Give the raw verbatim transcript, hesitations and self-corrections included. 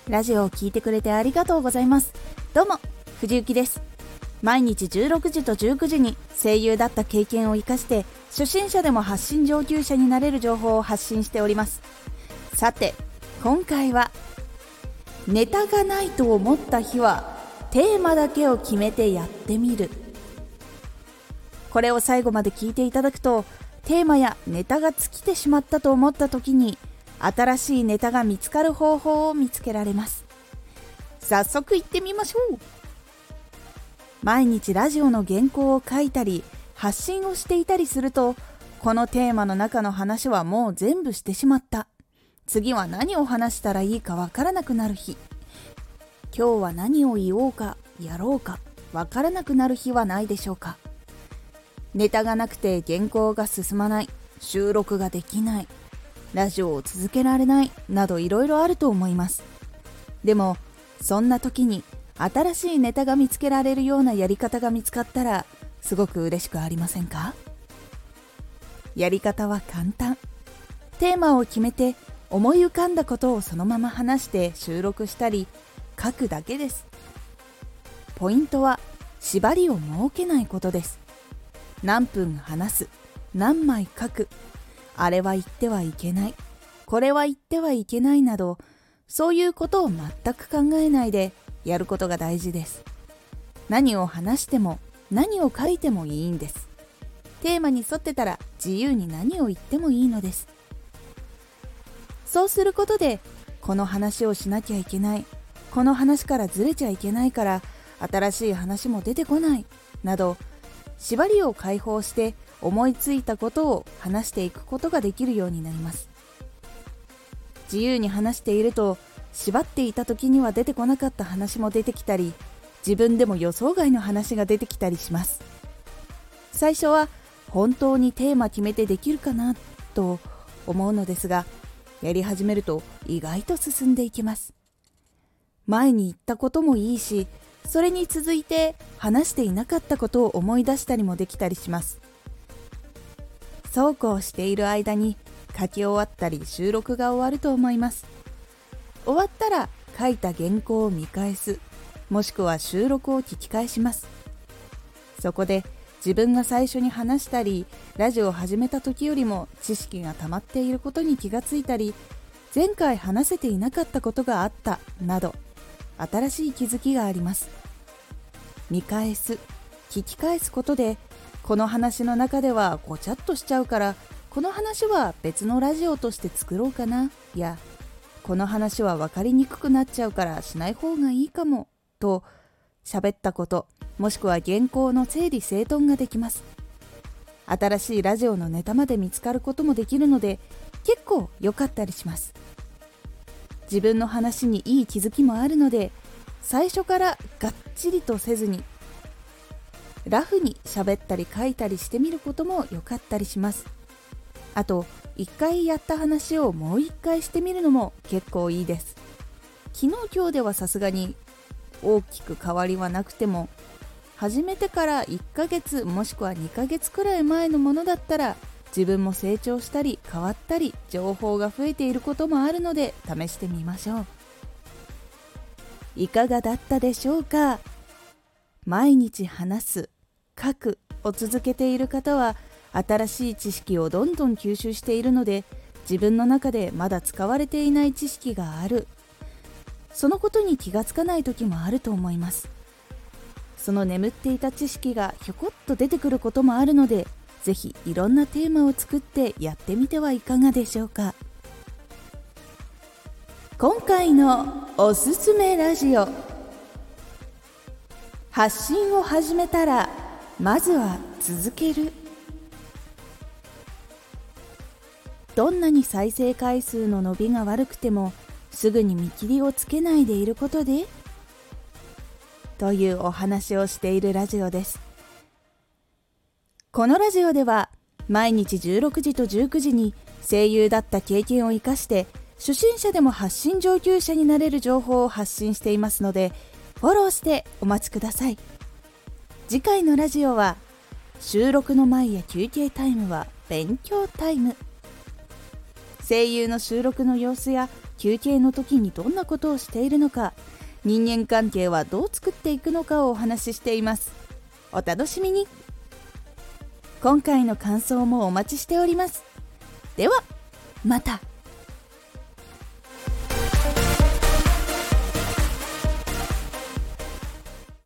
ラジオを聞いてくれてありがとうございます。どうも藤幸です。毎日じゅうろくじとじゅうくじに声優だった経験を生かして初心者でも発信上級者になれる情報を発信しております。さて今回はネタがないと思った日はテーマだけを決めてやってみる。これを最後まで聞いていただくと、テーマやネタが尽きてしまったと思った時に新しいネタが見つかる方法を見つけられます。早速行ってみましょう。毎日ラジオの原稿を書いたり発信をしていたりすると、このテーマの中の話はもう全部してしまった、次は何を話したらいいかわからなくなる日、今日は何を言おうかやろうかわからなくなる日はないでしょうか。ネタがなくて原稿が進まない、収録ができない、ラジオを続けられないなどいろいろあると思います。でもそんな時に新しいネタが見つけられるようなやり方が見つかったらすごく嬉しくありませんか？やり方は簡単。テーマを決めて思い浮かんだことをそのまま話して収録したり書くだけです。ポイントは縛りを設けないことです。何分話す、何枚書く、あれは言ってはいけない、これは言ってはいけないなど、そういうことを全く考えないでやることが大事です。何を話しても何を書いてもいいんです。テーマに沿ってたら自由に何を言ってもいいのです。そうすることで、この話をしなきゃいけない、この話からずれちゃいけないから新しい話も出てこないなど、縛りを解放して思いついたことを話していくことができるようになります。自由に話していると、縛っていた時には出てこなかった話も出てきたり、自分でも予想外の話が出てきたりします。最初は本当にテーマ決めてできるかなと思うのですが、やり始めると意外と進んでいきます。前に言ったこともいいし、それに続いて話していなかったことを思い出したりもできたりします。そうこうしている間に書き終わったり収録が終わると思います。終わったら書いた原稿を見返す、もしくは収録を聞き返します。そこで自分が最初に話したりラジオを始めた時よりも知識が溜まっていることに気がついたり、前回話せていなかったことがあったなど、新しい気づきがあります。見返す、聞き返すことで、この話の中ではごちゃっとしちゃうから、この話は別のラジオとして作ろうかな、やこの話は分かりにくくなっちゃうからしない方がいいかもと、喋ったこと、もしくは原稿の整理整頓ができます。新しいラジオのネタまで見つかることもできるので、結構良かったりします。自分の話にいい気づきもあるので、最初からがっちりとせずにラフに喋ったり書いたりしてみることも良かったりします。あと一回やった話をもう一回してみるのも結構いいです。昨日今日ではさすがに大きく変わりはなくても、始めてからいっかげつもしくはにかげつくらい前のものだったら、自分も成長したり変わったり情報が増えていることもあるので試してみましょう。いかがだったでしょうか。毎日話す、書くを続けている方は新しい知識をどんどん吸収しているので、自分の中でまだ使われていない知識がある、そのことに気がつかない時もあると思います。その眠っていた知識がひょこっと出てくることもあるので、ぜひいろんなテーマを作ってやってみてはいかがでしょうか。今回のおすすめラジオ、発信を始めたらまずは続ける。どんなに再生回数の伸びが悪くてもすぐに見切りをつけないでいることでというお話をしているラジオです。このラジオでは毎日じゅうろくじとじゅうくじに声優だった経験を生かして初心者でも発信上級者になれる情報を発信していますので、フォローしてお待ちください。次回のラジオは収録の前や休憩タイムは勉強タイム。声優の収録の様子や休憩の時にどんなことをしているのか、人間関係はどう作っていくのかをお話ししています。お楽しみに。今回の感想もお待ちしております。ではまた。